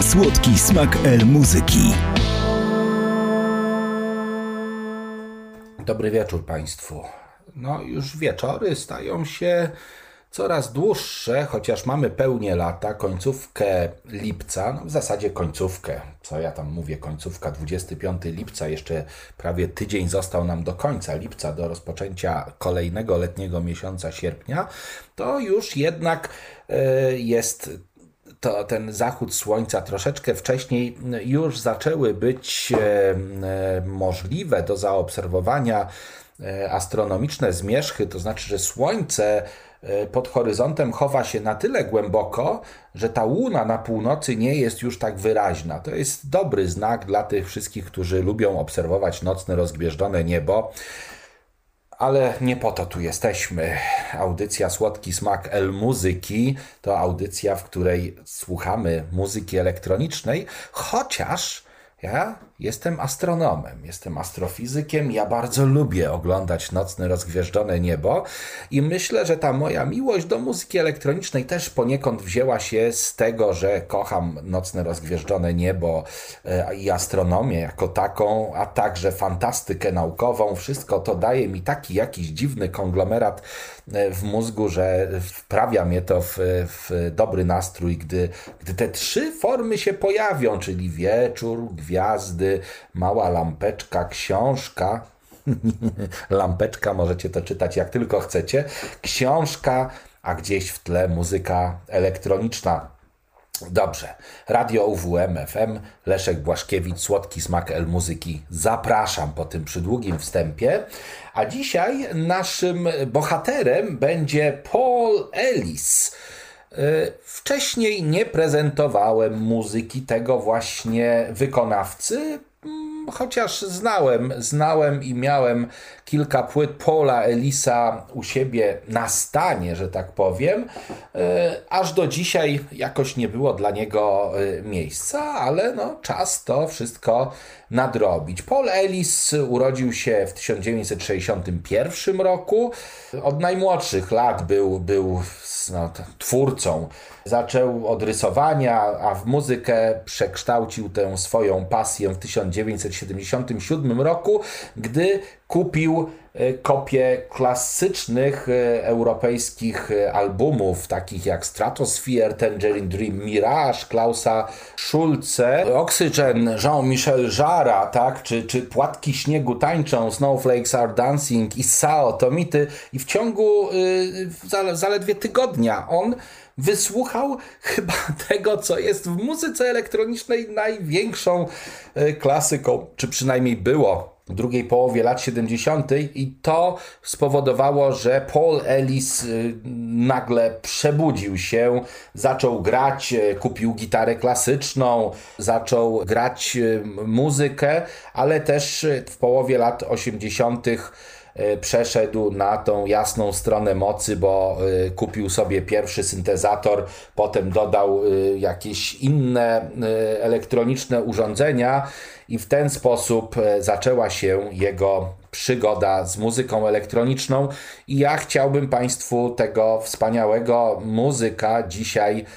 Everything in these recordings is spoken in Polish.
Słodki smak muzyki. Dobry wieczór Państwu. No już wieczory stają się coraz dłuższe, chociaż mamy pełnię lata, końcówkę lipca, no w zasadzie końcówkę, co ja tam mówię, końcówka 25 lipca, jeszcze prawie tydzień został nam do końca lipca, do rozpoczęcia kolejnego letniego miesiąca sierpnia, to już jednak jest to ten zachód słońca troszeczkę wcześniej, już zaczęły być możliwe do zaobserwowania astronomiczne zmierzchy, to znaczy, że słońce pod horyzontem chowa się na tyle głęboko, że ta łuna na północy nie jest już tak wyraźna. To jest dobry znak dla tych wszystkich, którzy lubią obserwować nocne, rozgwieżdżone niebo. Ale nie po to tu jesteśmy. Audycja Słodki Smak Muzyki to audycja, w której słuchamy muzyki elektronicznej, chociaż ja jestem astronomem, jestem astrofizykiem, ja bardzo lubię oglądać nocne, rozgwieżdżone niebo i myślę, że ta moja miłość do muzyki elektronicznej też poniekąd wzięła się z tego, że kocham nocne, rozgwieżdżone niebo i astronomię jako taką, a także fantastykę naukową. Wszystko to daje mi taki jakiś dziwny konglomerat w mózgu, że wprawia mnie to w dobry nastrój, gdy te trzy formy się pojawią, czyli wieczór, gwiazdy, mała lampeczka, książka. Lampeczka, możecie to czytać jak tylko chcecie. Książka, a gdzieś w tle muzyka elektroniczna. Dobrze. Radio UWM FM, Leszek Błaszkiewicz, Słodki Smak Muzyki. Zapraszam po tym przydługim wstępie. A dzisiaj naszym bohaterem będzie Paul Ellis. Wcześniej nie prezentowałem muzyki tego właśnie wykonawcy, chociaż znałem i miałem kilka płyt Paula Ellisa u siebie na stanie, że tak powiem, aż do dzisiaj jakoś nie było dla niego miejsca, ale no, czas to wszystko nadrobić. Paul Ellis urodził się w 1961 roku. Od najmłodszych lat był twórcą. Zaczął od rysowania, a w muzykę przekształcił tę swoją pasję w 1977 roku, gdy kupił kopię klasycznych europejskich albumów, takich jak Stratosphere, Tangerine Dream, Mirage, Klausa Schulze, Oxygen, Jean-Michel Jarre, tak? czy Płatki śniegu tańczą, Snowflakes are dancing i Sao Tomity, i w ciągu zaledwie tygodnia on wysłuchał chyba tego, co jest w muzyce elektronicznej największą klasyką, czy przynajmniej było w drugiej połowie lat 70. i to spowodowało, że Paul Ellis nagle przebudził się, zaczął grać, kupił gitarę klasyczną, zaczął grać muzykę, ale też w połowie lat 80. przeszedł na tą jasną stronę mocy, bo kupił sobie pierwszy syntezator, potem dodał jakieś inne elektroniczne urządzenia i w ten sposób zaczęła się jego przygoda z muzyką elektroniczną i ja chciałbym Państwu tego wspaniałego muzyka dzisiaj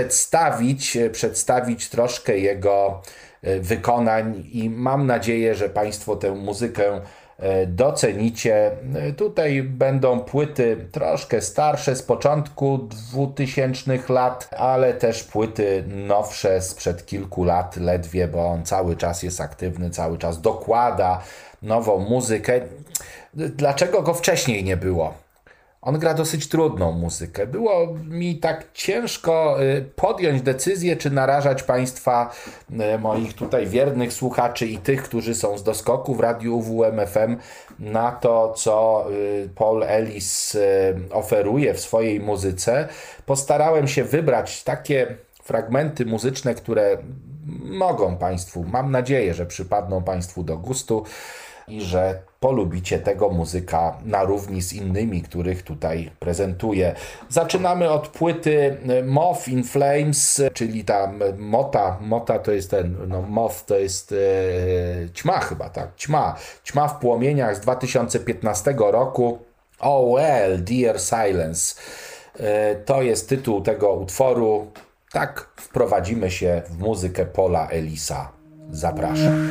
przedstawić troszkę jego wykonań i mam nadzieję, że Państwo tę muzykę docenicie. Tutaj będą płyty troszkę starsze, z początku 2000 lat, ale też płyty nowsze sprzed kilku lat ledwie, bo on cały czas jest aktywny, cały czas dokłada nową muzykę. Dlaczego go wcześniej nie było? On gra dosyć trudną muzykę. Było mi tak ciężko podjąć decyzję, czy narażać Państwa, moich tutaj wiernych słuchaczy i tych, którzy są z doskoku w radiu UWM FM, na to, co Paul Ellis oferuje w swojej muzyce. Postarałem się wybrać takie fragmenty muzyczne, które mogą Państwu, mam nadzieję, że przypadną Państwu do gustu i że polubicie tego muzyka na równi z innymi, których tutaj prezentuję. Zaczynamy od płyty Moth in Flames, czyli ta mota to jest moth to jest ćma chyba, tak? Ćma w płomieniach z 2015 roku. Oh well, dear silence. To jest tytuł tego utworu. Tak wprowadzimy się w muzykę Paula Ellisa. Zapraszam.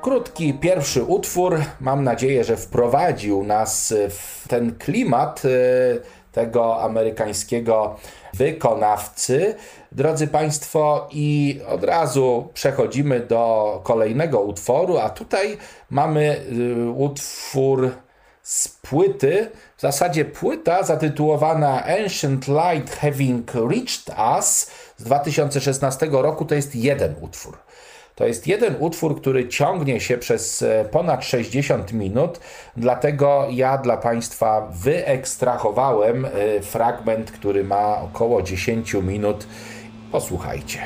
Krótki pierwszy utwór, mam nadzieję, że wprowadził nas w ten klimat tego amerykańskiego wykonawcy. Drodzy Państwo, i od razu przechodzimy do kolejnego utworu, a tutaj mamy utwór z płyty, w zasadzie płyta zatytułowana Ancient Light Having Reached Us z 2016 roku, to jest jeden utwór. To jest jeden utwór, który ciągnie się przez ponad 60 minut, dlatego ja dla Państwa wyekstrahowałem fragment, który ma około 10 minut. Posłuchajcie.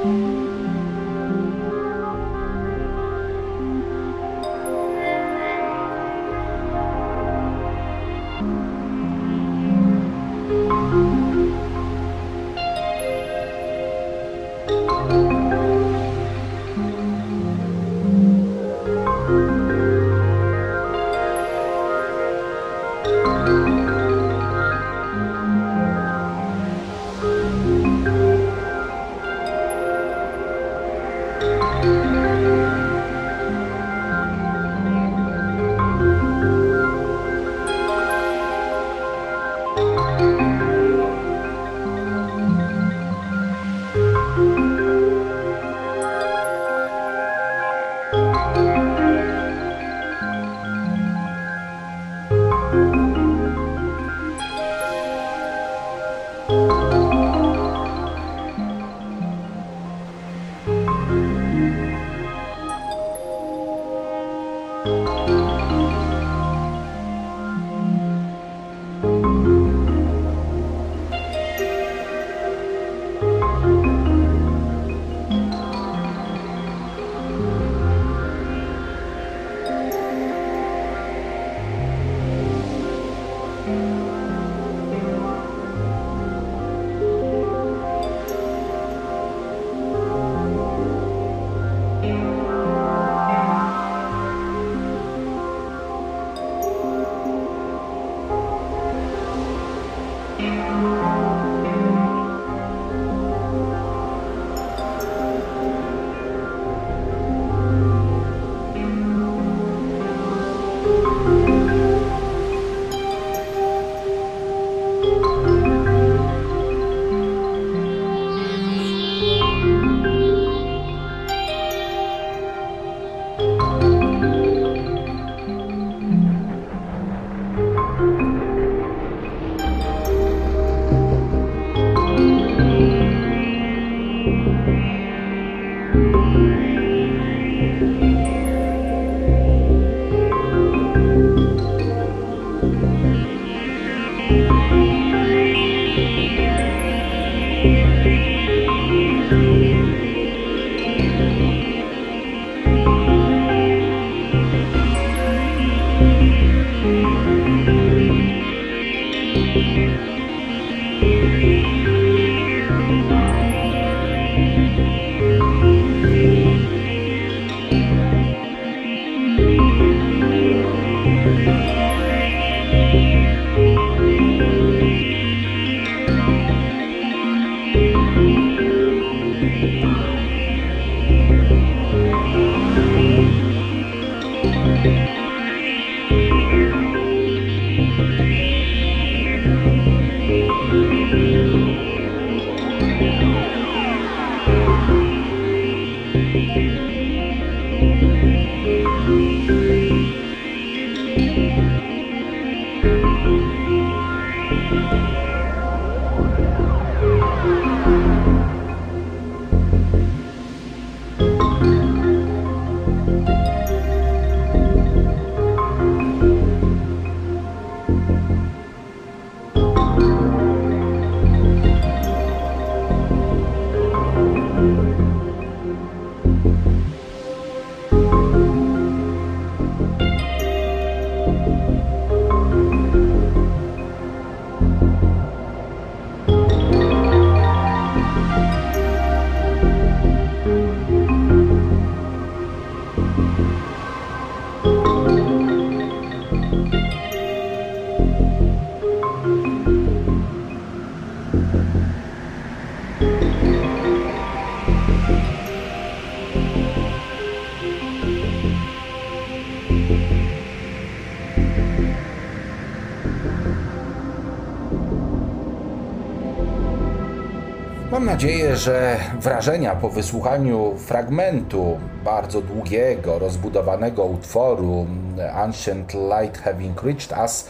Mam nadzieję, że wrażenia po wysłuchaniu fragmentu bardzo długiego, rozbudowanego utworu Ancient Light Having Reached Us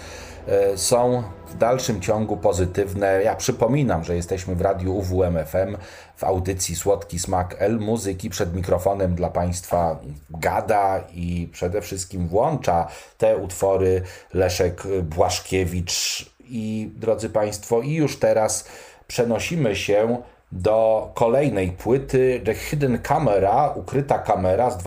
są w dalszym ciągu pozytywne. Ja przypominam, że jesteśmy w radiu UWMFM w audycji Słodki Smak L-Muzyki. Przed mikrofonem dla Państwa gada i przede wszystkim włącza te utwory Leszek Błaszkiewicz. I drodzy Państwo, i już teraz przenosimy się do kolejnej płyty The Hidden Camera, Ukryta kamera z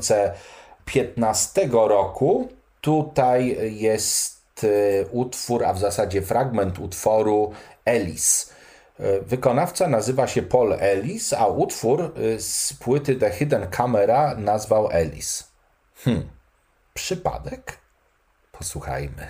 2015 roku. Tutaj jest utwór, a w zasadzie fragment utworu Ellis. Wykonawca nazywa się Paul Ellis, a utwór z płyty The Hidden Camera nazwał Ellis. Przypadek? Posłuchajmy.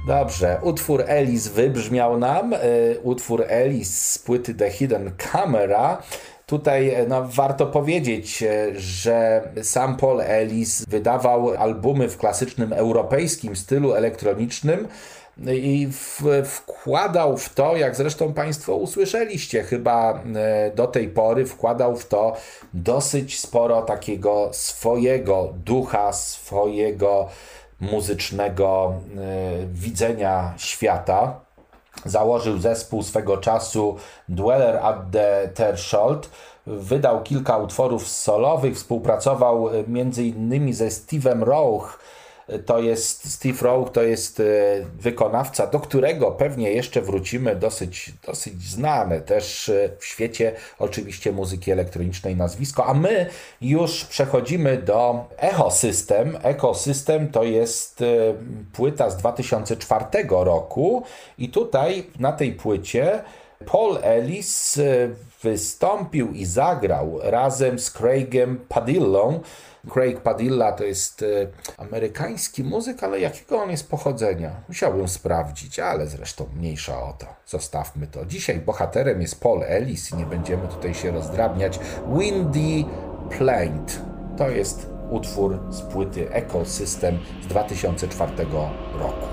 Dobrze, utwór Alice wybrzmiał nam, utwór Alice z płyty The Hidden Camera. Tutaj warto powiedzieć, że sam Paul Ellis wydawał albumy w klasycznym europejskim stylu elektronicznym i wkładał w to, jak zresztą Państwo usłyszeliście, chyba do tej pory wkładał w to dosyć sporo takiego swojego ducha, swojego muzycznego widzenia świata. Założył zespół swego czasu Dweller at the Threshold, wydał kilka utworów solowych, współpracował m.in. ze Steve'em Roach. Steve Roach to jest wykonawca, do którego pewnie jeszcze wrócimy, dosyć znane też w świecie oczywiście muzyki elektronicznej nazwisko, a my już przechodzimy do Ecosystem. Ecosystem to jest płyta z 2004 roku i tutaj na tej płycie Paul Ellis wystąpił i zagrał razem z Craigiem Padillą. Craig Padilla to jest amerykański muzyk, ale jakiego on jest pochodzenia? Musiałbym sprawdzić, ale zresztą mniejsza o to. Zostawmy to. Dzisiaj bohaterem jest Paul Ellis i nie będziemy tutaj się rozdrabniać. Windy Plaint to jest utwór z płyty Ecosystem z 2004 roku.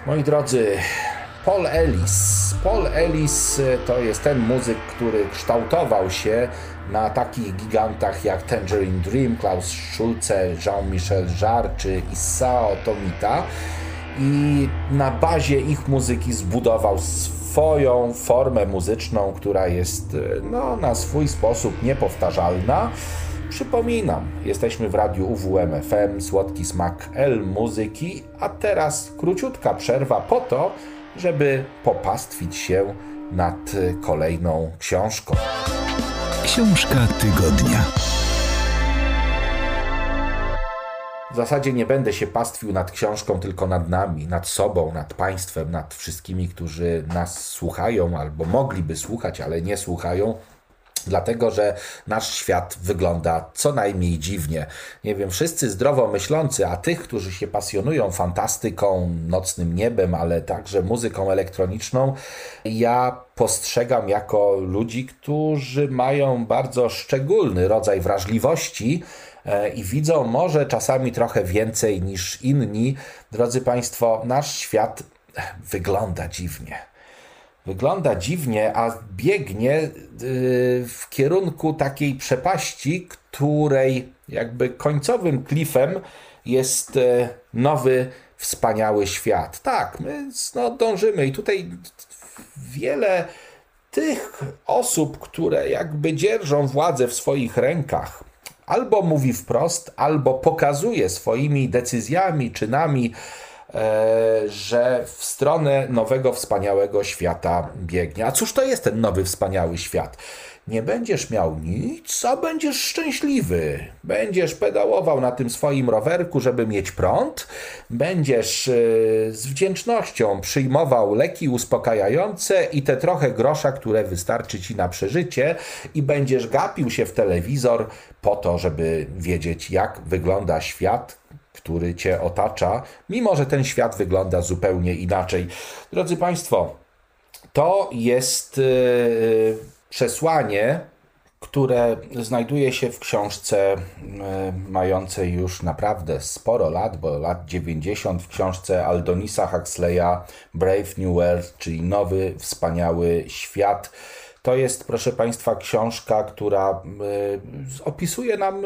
Moi drodzy, Paul Ellis. Paul Ellis to jest ten muzyk, który kształtował się na takich gigantach jak Tangerine Dream, Klaus Schulze, Jean-Michel Jarre czy Isao Tomita i na bazie ich muzyki zbudował swoją formę muzyczną, która jest na swój sposób niepowtarzalna. Przypominam, jesteśmy w radiu UWM FM, Słodki Smak Muzyki, a teraz króciutka przerwa po to, żeby popastwić się nad kolejną książką. Książka tygodnia. W zasadzie nie będę się pastwił nad książką, tylko nad nami, nad sobą, nad państwem, nad wszystkimi, którzy nas słuchają albo mogliby słuchać, ale nie słuchają. Dlatego, że nasz świat wygląda co najmniej dziwnie. Nie wiem, wszyscy zdrowo myślący, a tych, którzy się pasjonują fantastyką, nocnym niebem, ale także muzyką elektroniczną, ja postrzegam jako ludzi, którzy mają bardzo szczególny rodzaj wrażliwości i widzą może czasami trochę więcej niż inni. Drodzy Państwo, nasz świat wygląda dziwnie. Wygląda dziwnie, a biegnie w kierunku takiej przepaści, której jakby końcowym klifem jest nowy, wspaniały świat. Tak, my dążymy i tutaj wiele tych osób, które jakby dzierżą władzę w swoich rękach, albo mówi wprost, albo pokazuje swoimi decyzjami, czynami, że w stronę nowego, wspaniałego świata biegnie. A cóż to jest ten nowy, wspaniały świat? Nie będziesz miał nic, a będziesz szczęśliwy. Będziesz pedałował na tym swoim rowerku, żeby mieć prąd. Będziesz z wdzięcznością przyjmował leki uspokajające i te trochę grosza, które wystarczy ci na przeżycie, i będziesz gapił się w telewizor po to, żeby wiedzieć, jak wygląda świat, który cię otacza, mimo że ten świat wygląda zupełnie inaczej. Drodzy Państwo, to jest przesłanie, które znajduje się w książce mającej już naprawdę sporo lat, bo lat 90, w książce Aldonisa Huxleya Brave New World, czyli Nowy, Wspaniały Świat. To jest, proszę Państwa, książka, która opisuje nam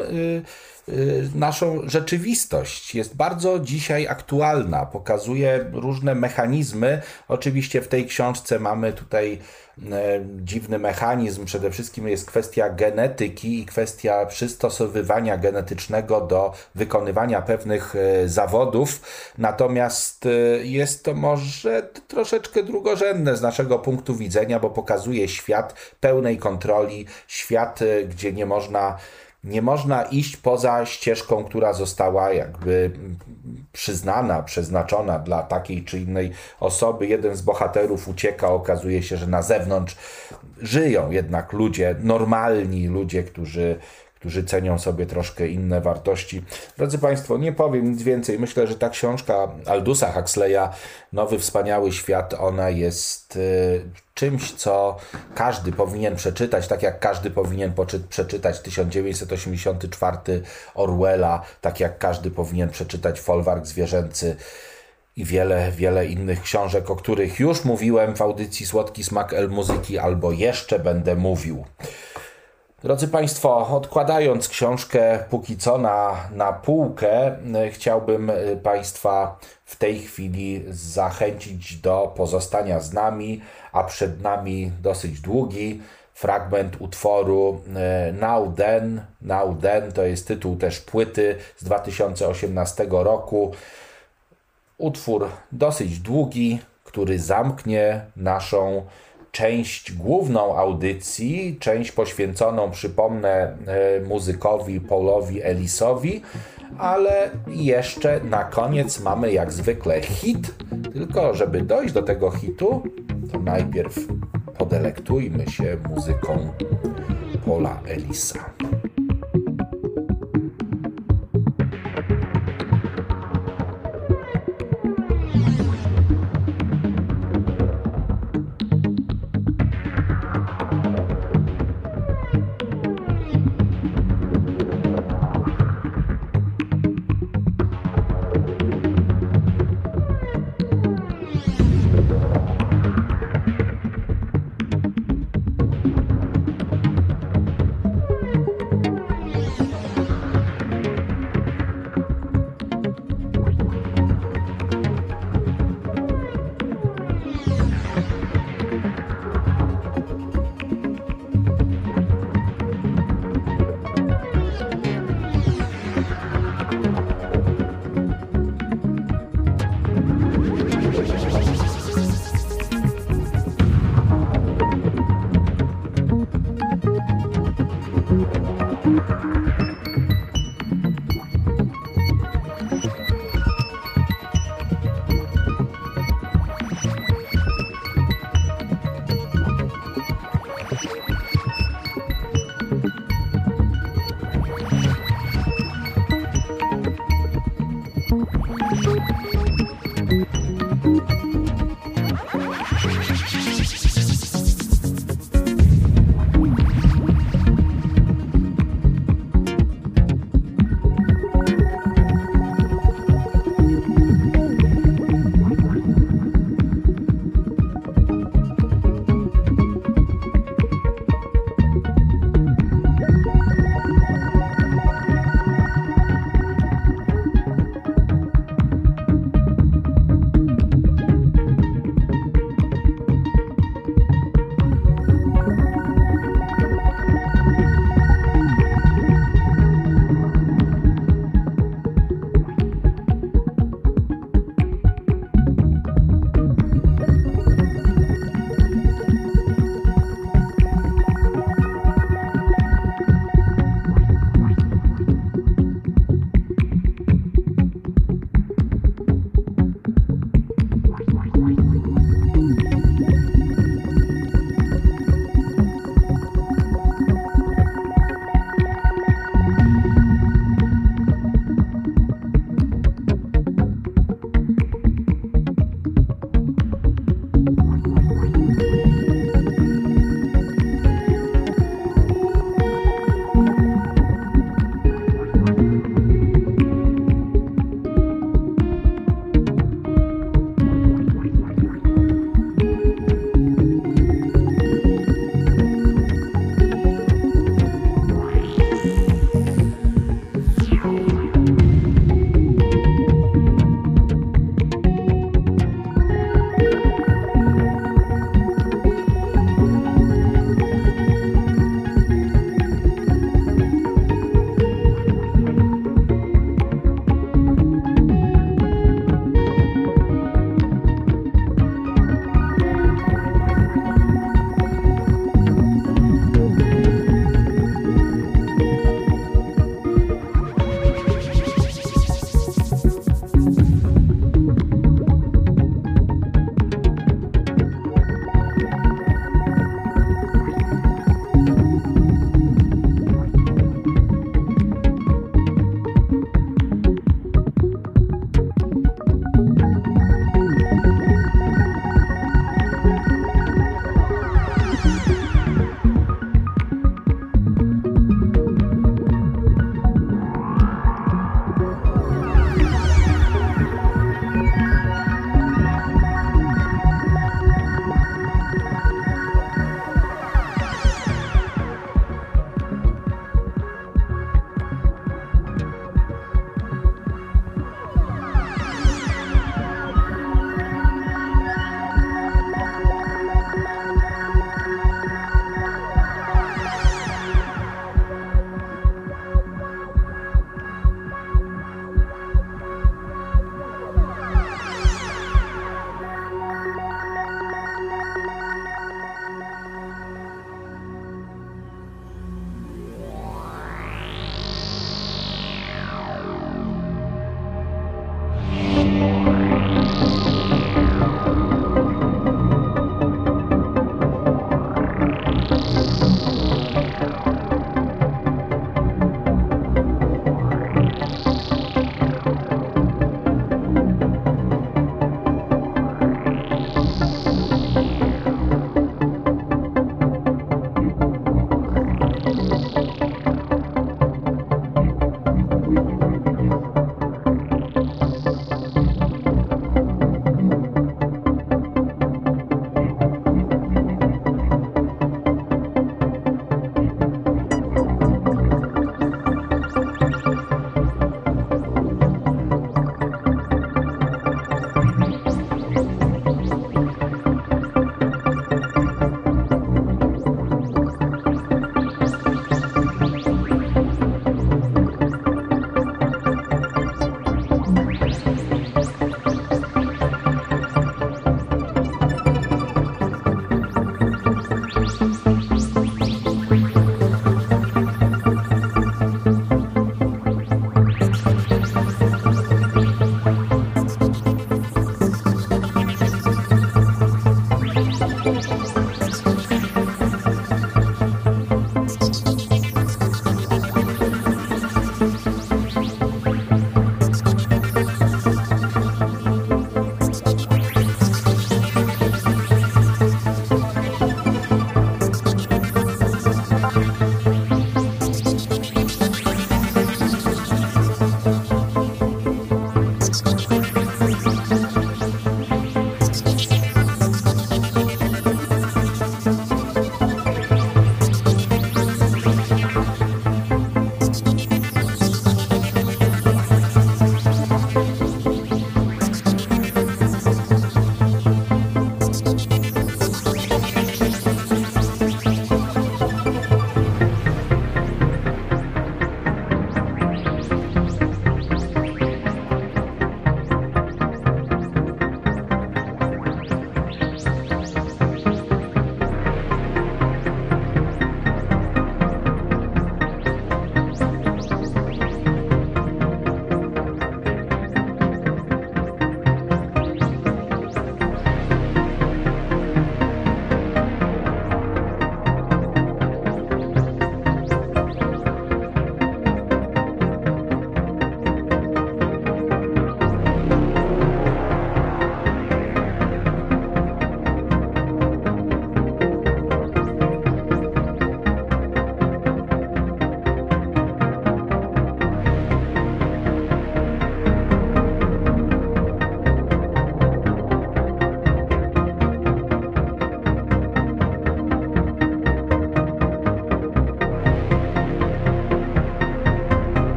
naszą rzeczywistość. Jest bardzo dzisiaj aktualna, pokazuje różne mechanizmy. Oczywiście w tej książce mamy tutaj dziwny mechanizm. Przede wszystkim jest kwestia genetyki i kwestia przystosowywania genetycznego do wykonywania pewnych zawodów. Natomiast jest to może troszeczkę drugorzędne z naszego punktu widzenia, bo pokazuje świat pełnej kontroli, świat, gdzie nie można iść poza ścieżką, która została jakby przyznana, przeznaczona dla takiej czy innej osoby. Jeden z bohaterów ucieka, okazuje się, że na zewnątrz żyją jednak ludzie, normalni ludzie, którzy cenią sobie troszkę inne wartości. Drodzy Państwo, nie powiem nic więcej. Myślę, że ta książka Aldusa Huxleya, Nowy, Wspaniały Świat, ona jest czymś, co każdy powinien przeczytać, tak jak każdy powinien przeczytać 1984 Orwella, tak jak każdy powinien przeczytać Folwark Zwierzęcy i wiele, wiele innych książek, o których już mówiłem w audycji Słodki Smak Muzyki, albo jeszcze będę mówił. Drodzy Państwo, odkładając książkę póki co na półkę, chciałbym Państwa w tej chwili zachęcić do pozostania z nami, a przed nami dosyć długi fragment utworu Now Then, to jest tytuł też płyty z 2018 roku. Utwór dosyć długi, który zamknie naszą część główną audycji, część poświęconą, przypomnę, muzykowi Paulowi Ellisowi, ale jeszcze na koniec mamy jak zwykle hit, tylko żeby dojść do tego hitu, to najpierw podelektujmy się muzyką Paula Ellisa.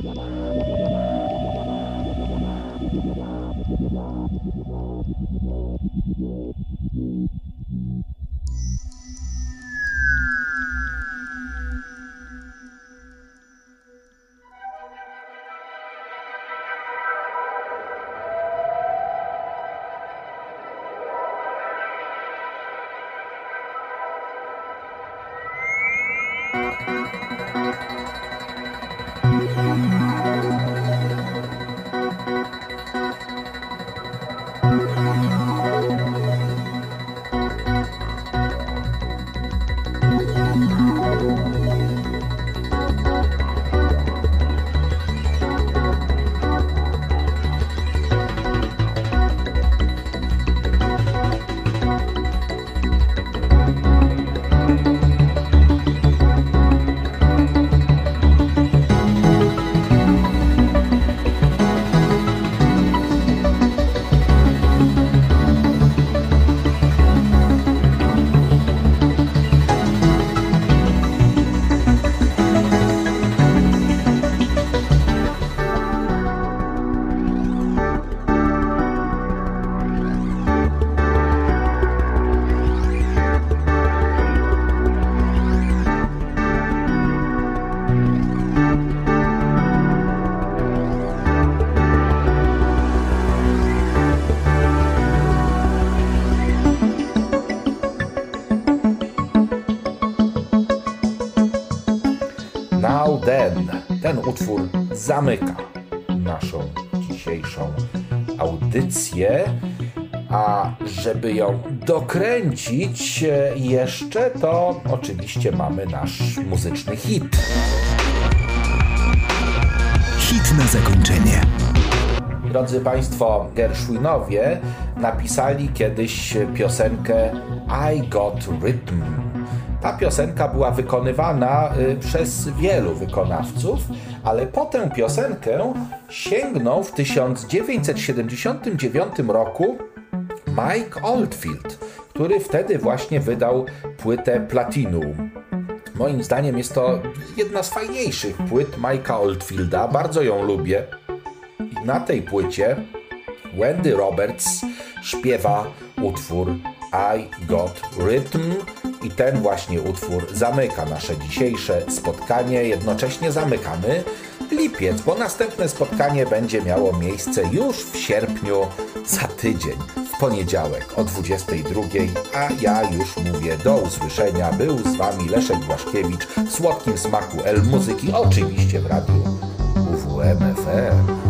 Now Then. Ten utwór zamyka naszą dzisiejszą audycję, a żeby ją dokręcić jeszcze, to oczywiście mamy nasz muzyczny hit. Hit na zakończenie. Drodzy Państwo, Gershwinowie napisali kiedyś piosenkę I Got Rhythm. Ta piosenka była wykonywana przez wielu wykonawców, ale po tę piosenkę sięgnął w 1979 roku Mike Oldfield, który wtedy właśnie wydał płytę Platinum. Moim zdaniem jest to jedna z fajniejszych płyt Mike'a Oldfielda, bardzo ją lubię. I na tej płycie Wendy Roberts śpiewa utwór I Got Rhythm i ten właśnie utwór zamyka nasze dzisiejsze spotkanie. Jednocześnie zamykamy lipiec, bo następne spotkanie będzie miało miejsce już w sierpniu, za tydzień, w poniedziałek o 22:00, a ja już mówię do usłyszenia. Był z Wami Leszek Błaszkiewicz w słodkim smaku El Muzyki, oczywiście w radiu UWM FM.